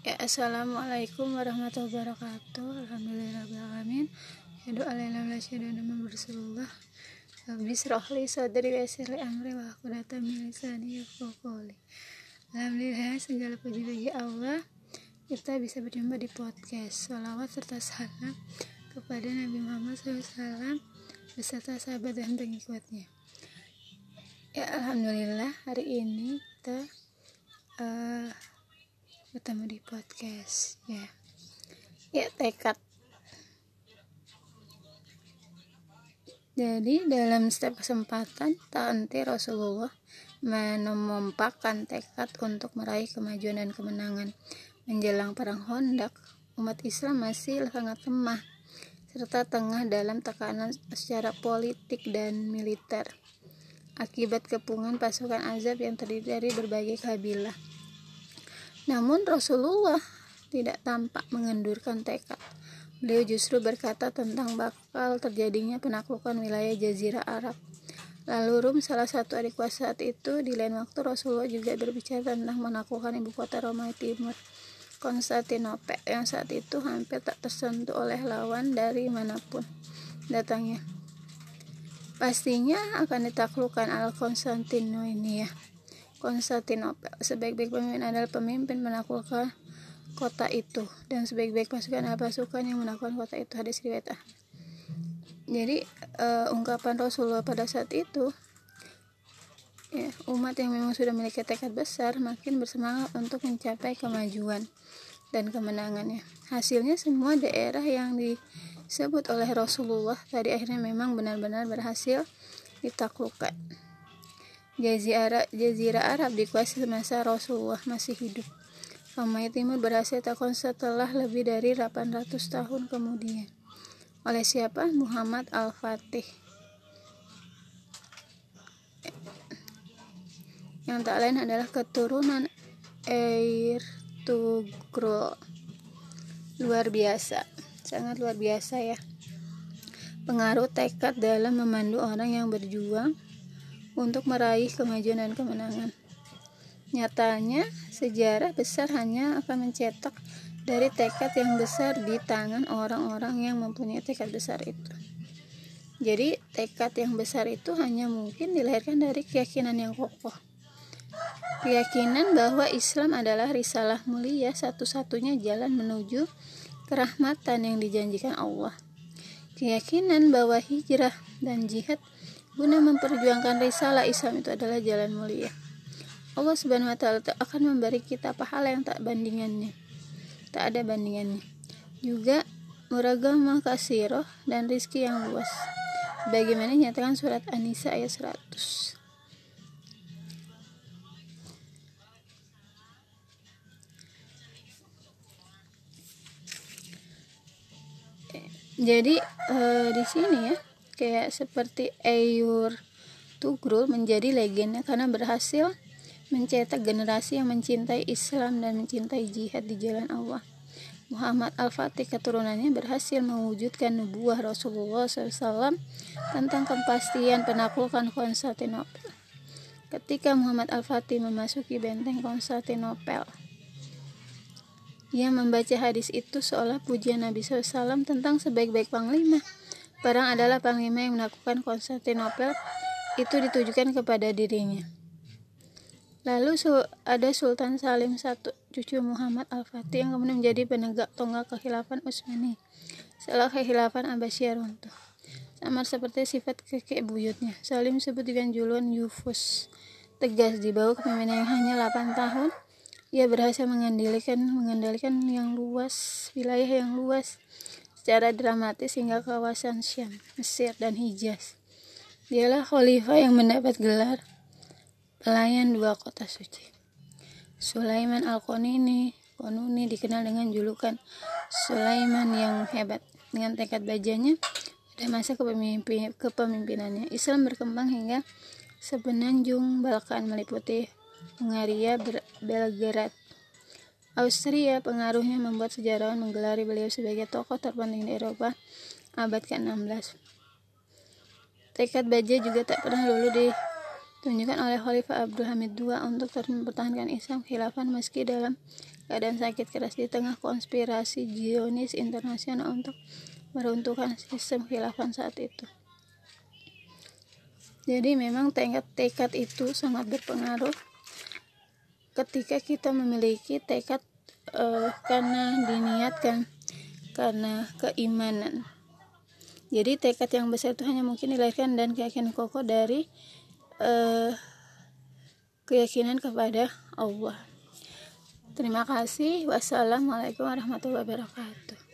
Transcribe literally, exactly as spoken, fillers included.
Ya, assalamualaikum warahmatullahi wabarakatuh. Alhamdulillahirrahmanirrahim. Yadu alaihi wa sallam Rasulullah. Rabbi shrah li sadri wa yassir li amri wa hlul min lisani yafqahu qawli. Alhamdulillah, segala puji bagi Allah, kita bisa berjumpa di podcast. Shalawat serta salam kepada Nabi Muhammad shallallahu alaihi wasallam beserta sahabat dan pengikutnya. Ya, alhamdulillah, hari ini kita uh, bertemu di podcast ya ya tekad. Jadi dalam setiap kesempatan tak henti Rasulullah menemupakan tekad untuk meraih kemajuan dan kemenangan. Menjelang perang Khandaq, umat Islam masih sangat lemah serta tengah dalam tekanan secara politik dan militer akibat kepungan pasukan Ahzab yang terdiri dari berbagai kabilah. Namun Rasulullah tidak tampak mengendurkan tekad. Beliau justru berkata tentang bakal terjadinya penaklukan wilayah Jazirah Arab. Lalu Rum, salah satu adik kuasa saat itu, di lain waktu Rasulullah juga berbicara tentang menaklukkan ibu kota Romawi Timur, Konstantinopel, yang saat itu hampir tak tersentuh oleh lawan dari manapun datangnya. Pastinya akan ditaklukkan Al-Konstantinia. Konstantinopel. Sebaik-baik pemimpin adalah pemimpin menaklukkan kota itu, dan sebaik-baik pasukan adalah pasukan yang menaklukkan kota itu. Hadis riwayat Ahmad. Jadi uh, ungkapan Rasulullah pada saat itu, ya, umat yang memang sudah memiliki tekad besar makin bersemangat untuk mencapai kemajuan dan kemenangannya. Hasilnya semua daerah yang disebut oleh Rasulullah tadi akhirnya memang benar-benar berhasil ditaklukkan. Jazirah, Jazirah Arab dikuasai semasa Rasulullah masih hidup. Romawi Timur berhasil takluk setelah lebih dari delapan ratus tahun kemudian. Oleh siapa? Muhammad Al-Fatih. Yang tak lain adalah keturunan Ertugrul. Luar biasa, sangat luar biasa ya. Pengaruh tekad dalam memandu orang yang berjuang untuk meraih kemajuan dan kemenangan. Nyatanya, sejarah besar hanya akan mencetak dari tekad yang besar di tangan orang-orang yang mempunyai tekad besar itu. Jadi, tekad yang besar itu hanya mungkin dilahirkan dari keyakinan yang kokoh. Keyakinan bahwa Islam adalah risalah mulia, satu-satunya jalan menuju kerahmatan yang dijanjikan Allah. Keyakinan bahwa hijrah dan jihad guna memperjuangkan risalah Islam itu adalah jalan mulia. Allah Subhanahu wa taala akan memberi kita pahala yang tak bandingannya. Tak ada bandingannya. Juga muragamah katsiroh dan rizki yang luas. Bagaimana nyatakan surat An-Nisa ayat seratus. Jadi eh, di sini ya, kayak seperti Ertugrul menjadi legenda karena berhasil mencetak generasi yang mencintai Islam dan mencintai jihad di jalan Allah. Muhammad Al-Fatih keturunannya berhasil mewujudkan nubuah Rasulullah shallallahu alaihi wasallam tentang kepastian penaklukan Konstantinopel. Ketika Muhammad Al-Fatih memasuki benteng Konstantinopel, ia membaca hadis itu seolah pujian Nabi shallallahu alaihi wasallam tentang sebaik-baik panglima. Perang adalah panglima yang menaklukkan Konstantinopel itu ditujukan kepada dirinya. Lalu ada Sultan Salim satu, cucu Muhammad Al-Fatih, yang kemudian menjadi penegak tonggak kekhilafan Utsmani setelah kekhilafan Abbasiyah runtuh. Samar seperti sifat kakek buyutnya, Salim disebut dengan julukan Yufus, tegas. Di bawah kepemimpinan yang hanya delapan tahun, ia berhasil mengendalikan mengendalikan yang luas, wilayah yang luas secara dramatis hingga kawasan Syam, Mesir, dan Hijaz. Dialah khalifah yang mendapat gelar pelayan dua kota suci. Sulaiman Al-Qanuni Qanuni dikenal dengan julukan Sulaiman yang hebat. Dengan tekad bajanya pada masa kepemimpinan, kepemimpinannya, Islam berkembang hingga semenanjung Balkan meliputi Hungaria, Belgrade, Austria. Pengaruhnya membuat sejarawan menggelari beliau sebagai tokoh terpenting di Eropa abad ke enam belas. Tekad baja juga tak pernah luluh di tunjukkan oleh Khalifah Abdul Hamid kedua untuk terus mempertahankan Islam khilafah meski dalam keadaan sakit keras di tengah konspirasi Zionis internasional untuk meruntuhkan sistem khilafah saat itu. Jadi memang tekad tekad itu sangat berpengaruh ketika kita memiliki tekad uh, karena diniatkan karena keimanan. Jadi tekad yang besar itu hanya mungkin dilahirkan dan keyakinan kokoh dari uh, keyakinan kepada Allah. Terima kasih. Wassalamualaikum warahmatullahi wabarakatuh.